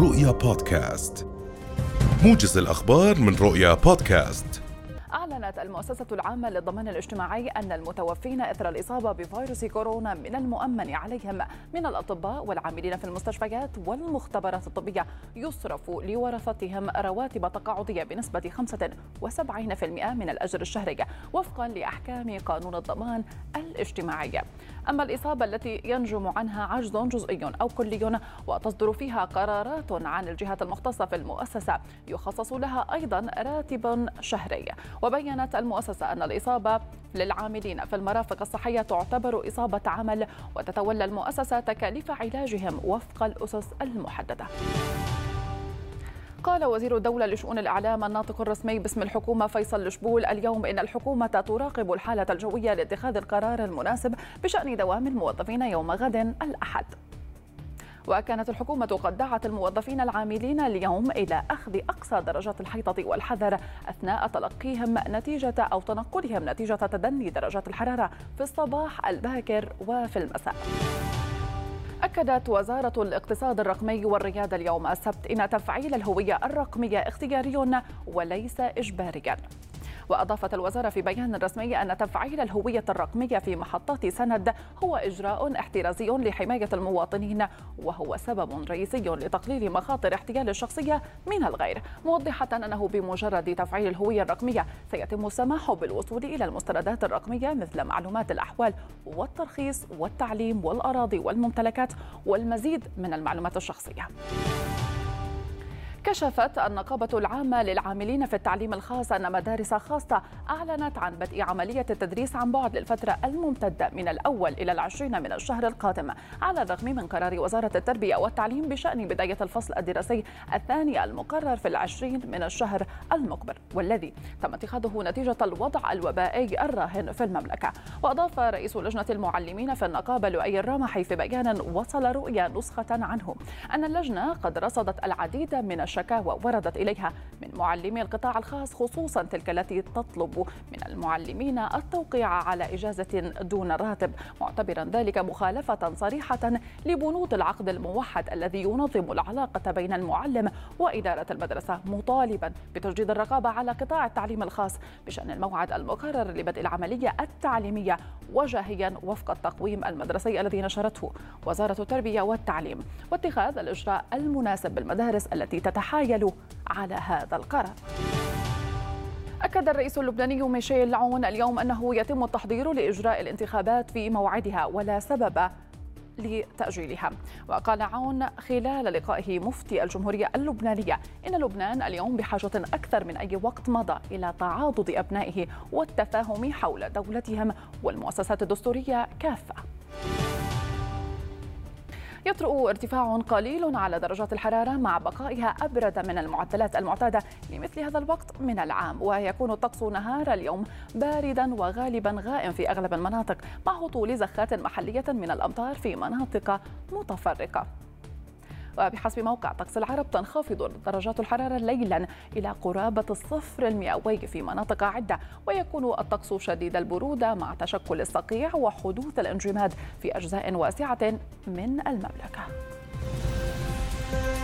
رؤيا بودكاست، موجز الأخبار من رؤيا بودكاست. أعلنت المؤسسة العامة للضمان الاجتماعي أن المتوفين إثر الإصابة بفيروس كورونا من المؤمن عليهم من الأطباء والعاملين في المستشفيات والمختبرات الطبية يصرف لورثتهم رواتب تقاعدية بنسبة 75% من الأجر الشهري وفقا لأحكام قانون الضمان الاجتماعي. أما الإصابة التي ينجم عنها عجز جزئي أو كلي وتصدر فيها قرارات عن الجهات المختصة في المؤسسة يخصص لها أيضا راتب شهري. وبيّنت المؤسسة أن الإصابة للعاملين في المرافق الصحية تعتبر إصابة عمل وتتولى المؤسسة تكاليف علاجهم وفق الأسس المحددة. قال وزير الدولة لشؤون الإعلام الناطق الرسمي باسم الحكومة فيصل الشبول اليوم إن الحكومة تراقب الحالة الجوية لاتخاذ القرار المناسب بشأن دوام الموظفين يوم غد الأحد. وكانت الحكومة قد دعت الموظفين العاملين اليوم إلى أخذ أقصى درجات الحيطة والحذر أثناء تلقيهم تنقلهم نتيجة تدني درجات الحرارة في الصباح الباكر وفي المساء. أكدت وزارة الاقتصاد الرقمي والريادة اليوم السبت إن تفعيل الهوية الرقمية اختياري وليس إجباري. وأضافت الوزارة في بيان رسمي أن تفعيل الهوية الرقمية في محطات سند هو إجراء احترازي لحماية المواطنين وهو سبب رئيسي لتقليل مخاطر احتيال الشخصية من الغير، موضحة أنه بمجرد تفعيل الهوية الرقمية سيتم السماح بالوصول إلى المستندات الرقمية مثل معلومات الأحوال والترخيص والتعليم والأراضي والممتلكات والمزيد من المعلومات الشخصية. كشفت النقابة العامة للعاملين في التعليم الخاص أن مدارس خاصة أعلنت عن بدء عملية التدريس عن بعد للفترة الممتدة من 1 إلى 20 من الشهر القادم، على الرغم من قرار وزارة التربية والتعليم بشأن بداية الفصل الدراسي الثاني المقرر في 20 من الشهر المقبل، والذي تم اتخاذه نتيجة الوضع الوبائي الراهن في المملكة. وأضاف رئيس لجنة المعلمين في النقابة لؤي الرامحي في بيان وصل رؤيا نسخة عنه أن اللجنة قد رصدت العديد من الشكاوى وردت إليها من معلمي القطاع الخاص، خصوصا تلك التي تطلب من المعلمين التوقيع على إجازة دون راتب، معتبرا ذلك مخالفة صريحة لبنود العقد الموحد الذي ينظم العلاقة بين المعلم وإدارة المدرسة، مطالبا بتجديد الرقابة على قطاع التعليم الخاص بشأن الموعد المقرر لبدء العملية التعليمية وجاهيا وفق التقويم المدرسي الذي نشرته وزارة التربية والتعليم، واتخاذ الإجراء المناسب بالمدارس التي تتحايل على هذا القرار. أكد الرئيس اللبناني ميشيل عون اليوم أنه يتم التحضير لإجراء الانتخابات في موعدها ولا سبب لتأجيلها. وقال عون خلال لقائه مفتي الجمهورية اللبنانية إن لبنان اليوم بحاجة أكثر من أي وقت مضى إلى تعاضد أبنائه والتفاهم حول دولتهم والمؤسسات الدستورية كافة. يطرأ ارتفاع قليل على درجات الحرارة مع بقائها أبرد من المعدلات المعتادة لمثل هذا الوقت من العام، ويكون الطقس نهار اليوم باردا وغالبا غائم في أغلب المناطق مع هطول زخات محلية من الأمطار في مناطق متفرقة. وبحسب موقع طقس العرب تنخفض درجات الحرارة ليلا إلى قرابة الصفر المئوي في مناطق عدة، ويكون الطقس شديد البرودة مع تشكل الصقيع وحدوث الانجماد في أجزاء واسعة من المملكة.